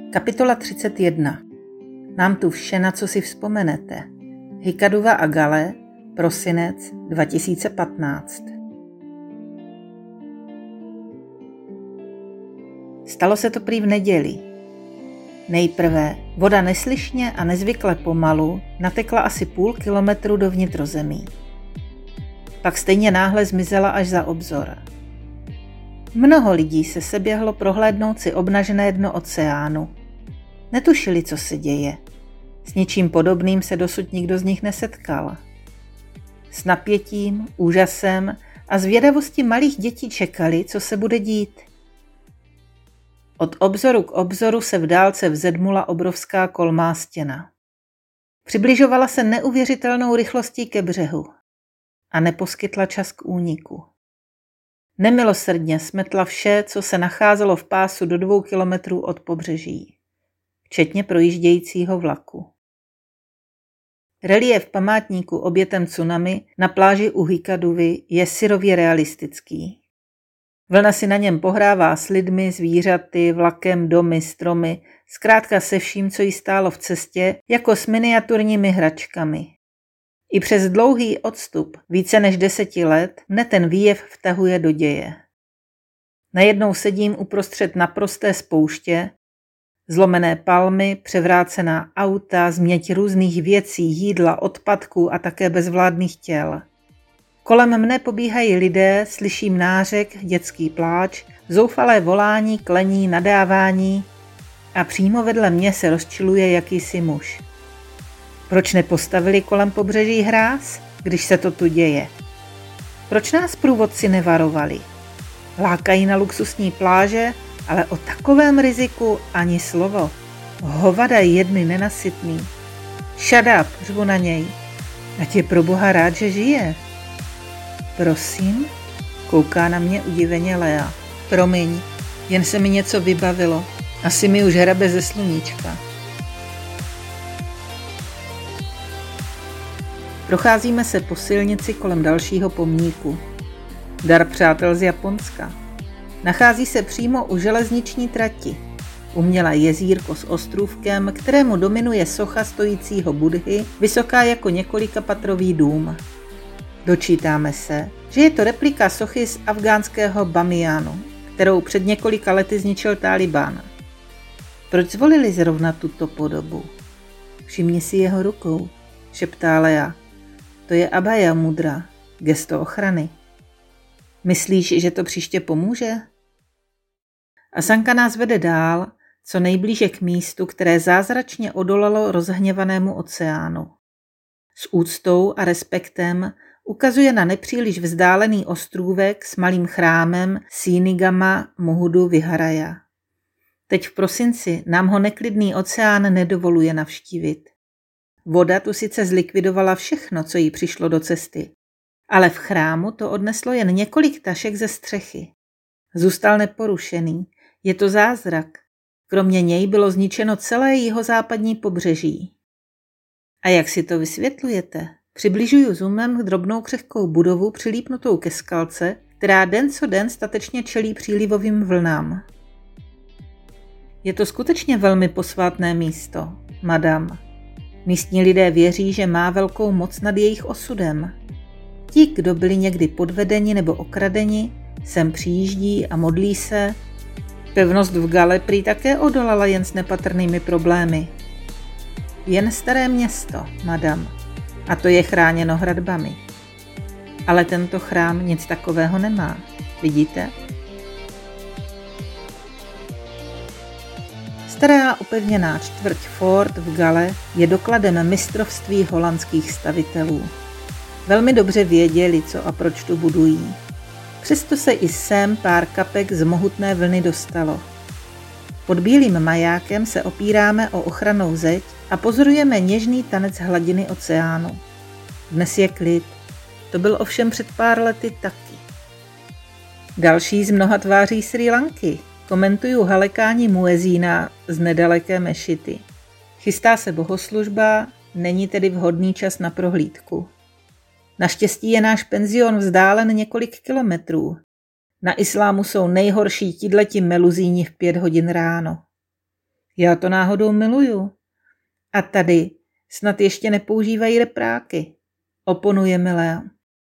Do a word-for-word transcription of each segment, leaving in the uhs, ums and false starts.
Kapitola třicet jedna. Mám tu vše, na co si vzpomenete. Hikaduva a Gale, prosinec dva tisíce patnáct. Stalo se to prý v neděli. Nejprve voda neslyšně a nezvykle pomalu natekla asi půl kilometru do vnitrozemí. Pak stejně náhle zmizela až za obzor. Mnoho lidí se seběhlo prohlédnout si obnažené dno oceánu. Netušili, co se děje. S ničím podobným se dosud nikdo z nich nesetkal. S napětím, úžasem a zvědavostí malých dětí čekali, co se bude dít. Od obzoru k obzoru se v dálce vzedmula obrovská kolmá stěna. Přibližovala se neuvěřitelnou rychlostí ke břehu a neposkytla čas k úniku. Nemilosrdně smetla vše, co se nacházelo v pásu do dvou kilometrů od pobřeží, včetně projíždějícího vlaku. Reliéf památníku obětem tsunami na pláži u Hikaduvy je syrově realistický. Vlna si na něm pohrává s lidmi, zvířaty, vlakem, domy, stromy, zkrátka se vším, co jí stálo v cestě, jako s miniaturními hračkami. I přes dlouhý odstup, více než deseti let, mne ten výjev vtahuje do děje. Najednou sedím uprostřed naprosté spouště, zlomené palmy, převrácená auta, změť různých věcí, jídla, odpadků a také bezvládných těl. Kolem mne pobíhají lidé, slyším nářek, dětský pláč, zoufalé volání, klení, nadávání a přímo vedle mě se rozčiluje jakýsi muž. Proč nepostavili kolem pobřeží hráz, když se to tu děje? Proč nás průvodci nevarovali? Lákají na luxusní pláže, ale o takovém riziku ani slovo. Hovada jedny nenasytný. Shut up, řvu na něj. Ať je pro boha rád, že žije. Prosím? Kouká na mě udiveně Lea. Promiň, jen se mi něco vybavilo. Asi mi už hrabe ze sluníčka. Procházíme se po silnici kolem dalšího pomníku. Dar přátel z Japonska. Nachází se přímo u železniční trati. Umělé jezírko s ostrůvkem, kterému dominuje socha stojícího Budhy, vysoká jako několikapatrový dům. Dočítáme se, že je to replika sochy z afgánského Bamijánu, kterou před několika lety zničil Tálibán. Proč zvolili zrovna tuto podobu? Všimni si jeho rukou, šeptá Lea. To je abhaya mudra, gesto ochrany. Myslíš, že to příště pomůže? Asanka nás vede dál, co nejblíže k místu, které zázračně odolalo rozhněvanému oceánu. S úctou a respektem ukazuje na nepříliš vzdálený ostrůvek s malým chrámem Sínigama Mohudu Viharaya. Teď v prosinci nám ho neklidný oceán nedovoluje navštívit. Voda tu sice zlikvidovala všechno, co jí přišlo do cesty, ale v chrámu to odneslo jen několik tašek ze střechy. Zůstal neporušený, je to zázrak. Kromě něj bylo zničeno celé jihozápadní pobřeží. A jak si to vysvětlujete? Přibližuju zoomem drobnou křehkou budovu přilípnutou ke skalce, která den co den statečně čelí přílivovým vlnám. Je to skutečně velmi posvátné místo, madam. Místní lidé věří, že má velkou moc nad jejich osudem. Ti, kdo byli někdy podvedeni nebo okradeni, sem přijíždí a modlí se. Pevnost v Gale prý také odolala jen s nepatrnými problémy. Jen staré město, madam, a to je chráněno hradbami. Ale tento chrám nic takového nemá, vidíte? Stará opevněná čtvrť Fort v Gale je dokladem mistrovství holandských stavitelů. Velmi dobře věděli, co a proč tu budují. Přesto se i sem pár kapek z mohutné vlny dostalo. Pod bílým majákem se opíráme o ochrannou zeď a pozorujeme něžný tanec hladiny oceánu. Dnes je klid. To byl ovšem před pár lety taky. Další z mnoha tváří Srí Lanky. Komentuju halekání muezína z nedaleké mešity. Chystá se bohoslužba, není tedy vhodný čas na prohlídku. Naštěstí je náš penzion vzdálen několik kilometrů. Na islámu jsou nejhorší tihleti meluzíni v pět hodin ráno. Já to náhodou miluju. A tady snad ještě nepoužívají repráky, oponuje mi Lea.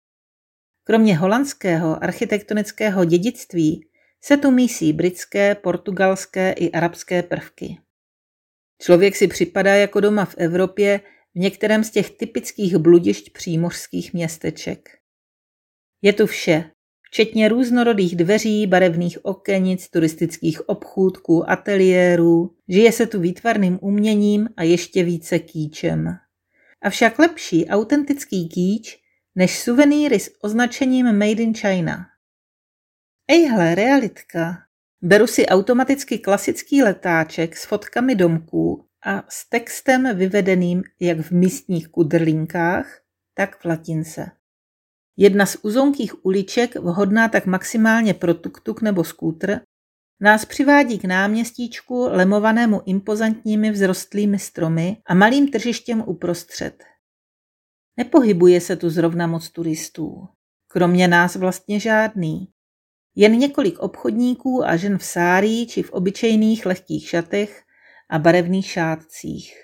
Kromě holandského architektonického dědictví se tu mísí britské, portugalské i arabské prvky. Člověk si připadá jako doma v Evropě v některém z těch typických bludišť přímořských městeček. Je tu vše, včetně různorodých dveří, barevných okenic, turistických obchůdků, ateliérů, žije se tu výtvarným uměním a ještě více kýčem. Avšak lepší autentický kýč než suvenýry s označením Made in China. Ejhle, realitka. Beru si automaticky klasický letáček s fotkami domků a s textem vyvedeným jak v místních kudrlinkách, tak v latince. Jedna z uzonkých uliček, vhodná tak maximálně pro tuk-tuk nebo skútr, nás přivádí k náměstíčku lemovanému impozantními vzrostlými stromy a malým tržištěm uprostřed. Nepohybuje se tu zrovna moc turistů. Kromě nás vlastně žádný. Jen několik obchodníků a žen v sárí či v obyčejných lehkých šatech a barevných šátcích.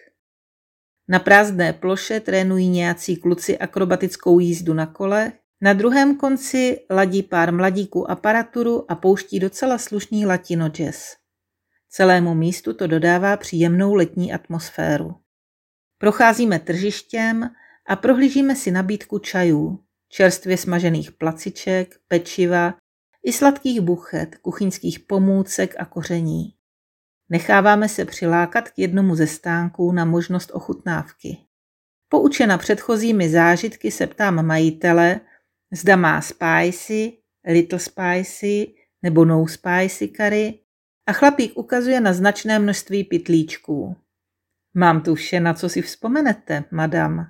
Na prázdné ploše trénují nějací kluci akrobatickou jízdu na kole, na druhém konci ladí pár mladíků aparaturu a pouští docela slušný latino jazz. Celému místu to dodává příjemnou letní atmosféru. Procházíme tržištěm a prohlížíme si nabídku čajů, čerstvě smažených placiček, pečiva i sladkých buchet, kuchyňských pomůcek a koření. Necháváme se přilákat k jednomu ze stánků na možnost ochutnávky. Poučena předchozími zážitky se ptám majitele, zda má spicy, little spicy nebo no spicy curry a chlapík ukazuje na značné množství pytlíčků. Mám tu vše, na co si vzpomenete, madam.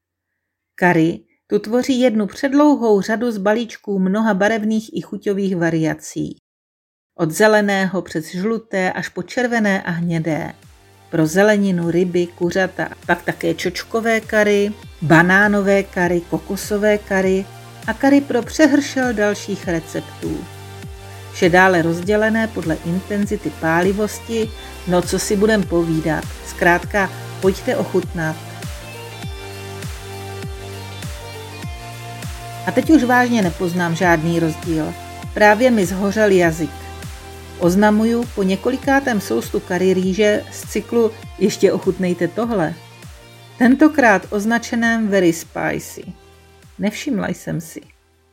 Curry tu tvoří jednu předlouhou řadu z balíčků mnoha barevných i chuťových variací. Od zeleného přes žluté až po červené a hnědé. Pro zeleninu, ryby, kuřata, pak také čočkové curry, banánové curry, kokosové curry a curry pro přehršel dalších receptů. Vše dále rozdělené podle intenzity pálivosti, no co si budem povídat, zkrátka pojďte ochutnat. A teď už vážně nepoznám žádný rozdíl, právě mi zhořel jazyk. Oznamuju po několikátém soustu curry rýže z cyklu ještě ochutnejte tohle. Tentokrát označeném very spicy. Nevšimla jsem si.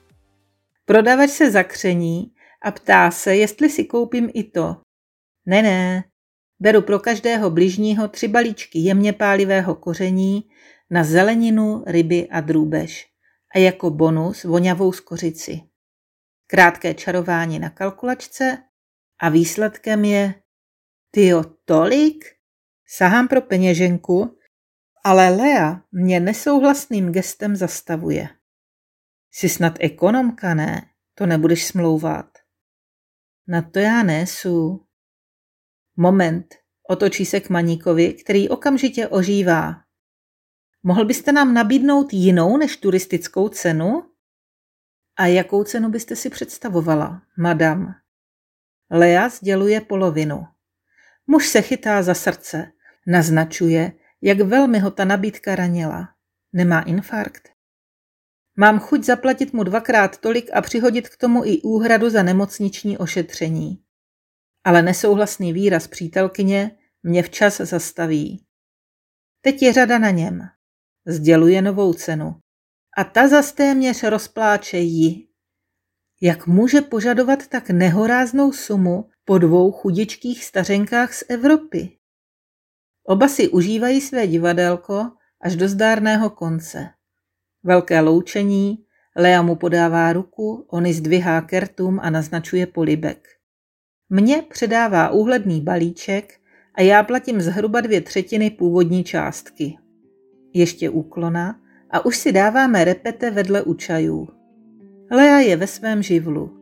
Prodavač se zakření a ptá se, jestli si koupím i to. Ne, ne, beru pro každého bližního tři balíčky jemně pálivého koření na zeleninu, ryby a drůbež. A jako bonus voňavou skořici. Krátké čarování na kalkulačce a výsledkem je tyjo, tolik? Sahám pro peněženku, ale Lea mě nesouhlasným gestem zastavuje. Jsi snad ekonomka, ne? To nebudeš smlouvat. Na to já nesu. Moment, otočí se k Maníkovi, který okamžitě ožívá. Mohl byste nám nabídnout jinou než turistickou cenu? A jakou cenu byste si představovala, madam? Lea sděluje polovinu. Muž se chytá za srdce, naznačuje, jak velmi ho ta nabídka ranila. Nemá infarkt? Mám chuť zaplatit mu dvakrát tolik a přihodit k tomu i úhradu za nemocniční ošetření. Ale nesouhlasný výraz přítelkyně mě včas zastaví. Teď je řada na něm. Sděluje novou cenu. A ta zas téměř rozpláče ji. Jak může požadovat tak nehoráznou sumu po dvou chudičkých stařenkách z Evropy? Oba si užívají své divadélko až do zdárného konce. Velké loučení, Lea mu podává ruku, on zdvihá kertum a naznačuje polibek. Mně předává úhledný balíček a já platím zhruba dvě třetiny původní částky. Ještě úklona a už si dáváme repete vedle u čajů. Lea je ve svém živlu.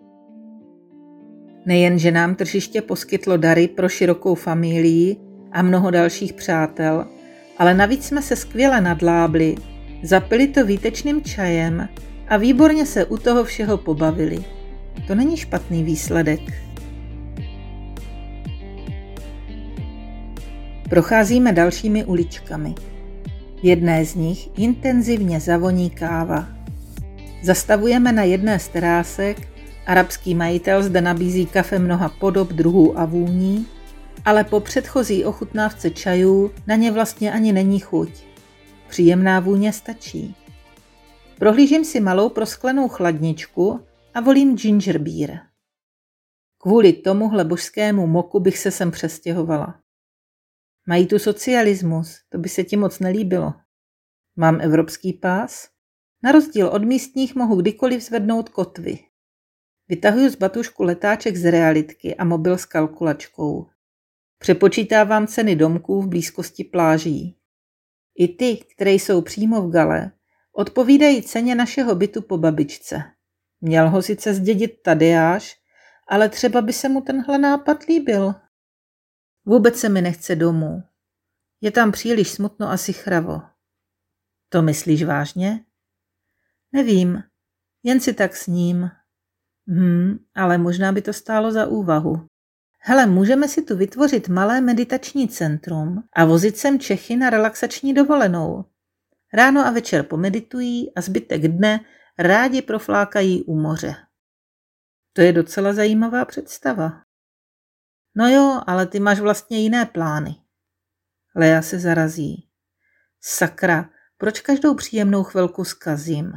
Nejen, že nám tržiště poskytlo dary pro širokou familii a mnoho dalších přátel, ale navíc jsme se skvěle nadlábli, zapili to výtečným čajem a výborně se u toho všeho pobavili. To není špatný výsledek. Procházíme dalšími uličkami. V jedné z nich intenzivně zavoní káva. Zastavujeme na jedné z terásek, arabský majitel zde nabízí kafe mnoha podob, druhů a vůní, ale po předchozí ochutnávce čajů na ně vlastně ani není chuť. Příjemná vůně stačí. Prohlížím si malou prosklenou chladničku a volím ginger beer. Kvůli tomuhle božskému moku bych se sem přestěhovala. Mají tu socialismus, to by se ti moc nelíbilo. Mám evropský pás? Na rozdíl od místních mohu kdykoliv zvednout kotvy. Vytahuju z batušku letáček z realitky a mobil s kalkulačkou. Přepočítávám ceny domků v blízkosti pláží. I ty, které jsou přímo v Gale, odpovídají ceně našeho bytu po babičce. Měl ho sice zdědit Tadeáš, ale třeba by se mu tenhle nápad líbil. Vůbec se mi nechce domů. Je tam příliš smutno a sichravo. To myslíš vážně? Nevím, jen si tak sním. Hm, ale možná by to stálo za úvahu. Hele, můžeme si tu vytvořit malé meditační centrum a vozit sem Čechy na relaxační dovolenou. Ráno a večer pomeditují a zbytek dne rádi proflákají u moře. To je docela zajímavá představa. No jo, ale ty máš vlastně jiné plány. Lea se zarazí. Sakra, proč každou příjemnou chvilku zkazím?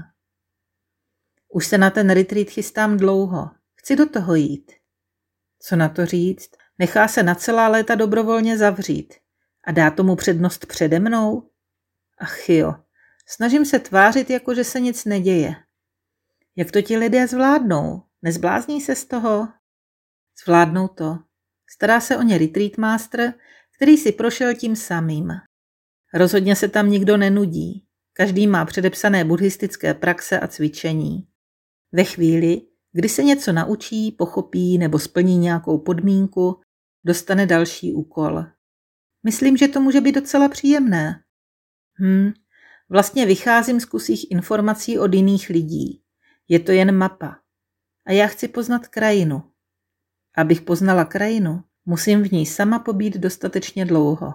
Už se na ten retreat chystám dlouho. Chci do toho jít. Co na to říct? Nechá se na celá léta dobrovolně zavřít. A dá tomu přednost přede mnou? Ach jo, snažím se tvářit, jako že se nic neděje. Jak to ti lidé zvládnou? Nezblázní se z toho? Zvládnou to. Stará se o ně retreat master, který si prošel tím samým. Rozhodně se tam nikdo nenudí. Každý má předepsané buddhistické praxe a cvičení. Ve chvíli, kdy se něco naučí, pochopí nebo splní nějakou podmínku, dostane další úkol. Myslím, že to může být docela příjemné. Hm, vlastně vycházím z kusích informací od jiných lidí. Je to jen mapa. A já chci poznat krajinu. Abych poznala krajinu, musím v ní sama pobít dostatečně dlouho.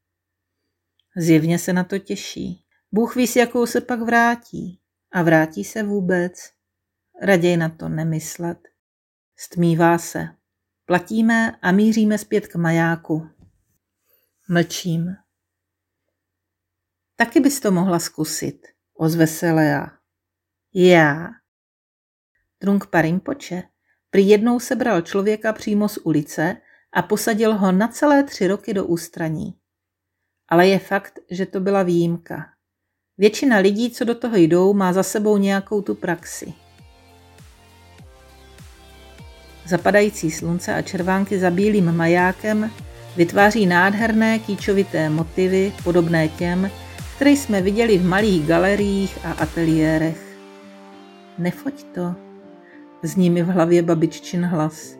Zjevně se na to těší. Bůh ví, s jakou se pak vrátí. A vrátí se vůbec? Raději na to nemyslet. Stmívá se. Platíme a míříme zpět k majáku. Mlčím. Taky bys to mohla zkusit, ozve se Lea. Já? Trungpa Rinpoche prý jednou sebral člověka přímo z ulice a posadil ho na celé tři roky do ústraní. Ale je fakt, že to byla výjimka. Většina lidí, co do toho jdou, má za sebou nějakou tu praxi. Zapadající slunce a červánky za bílým majákem vytváří nádherné kýčovité motivy, podobné těm, které jsme viděli v malých galeriích a ateliérech. Nefoť to, zní mi v hlavě babiččin hlas.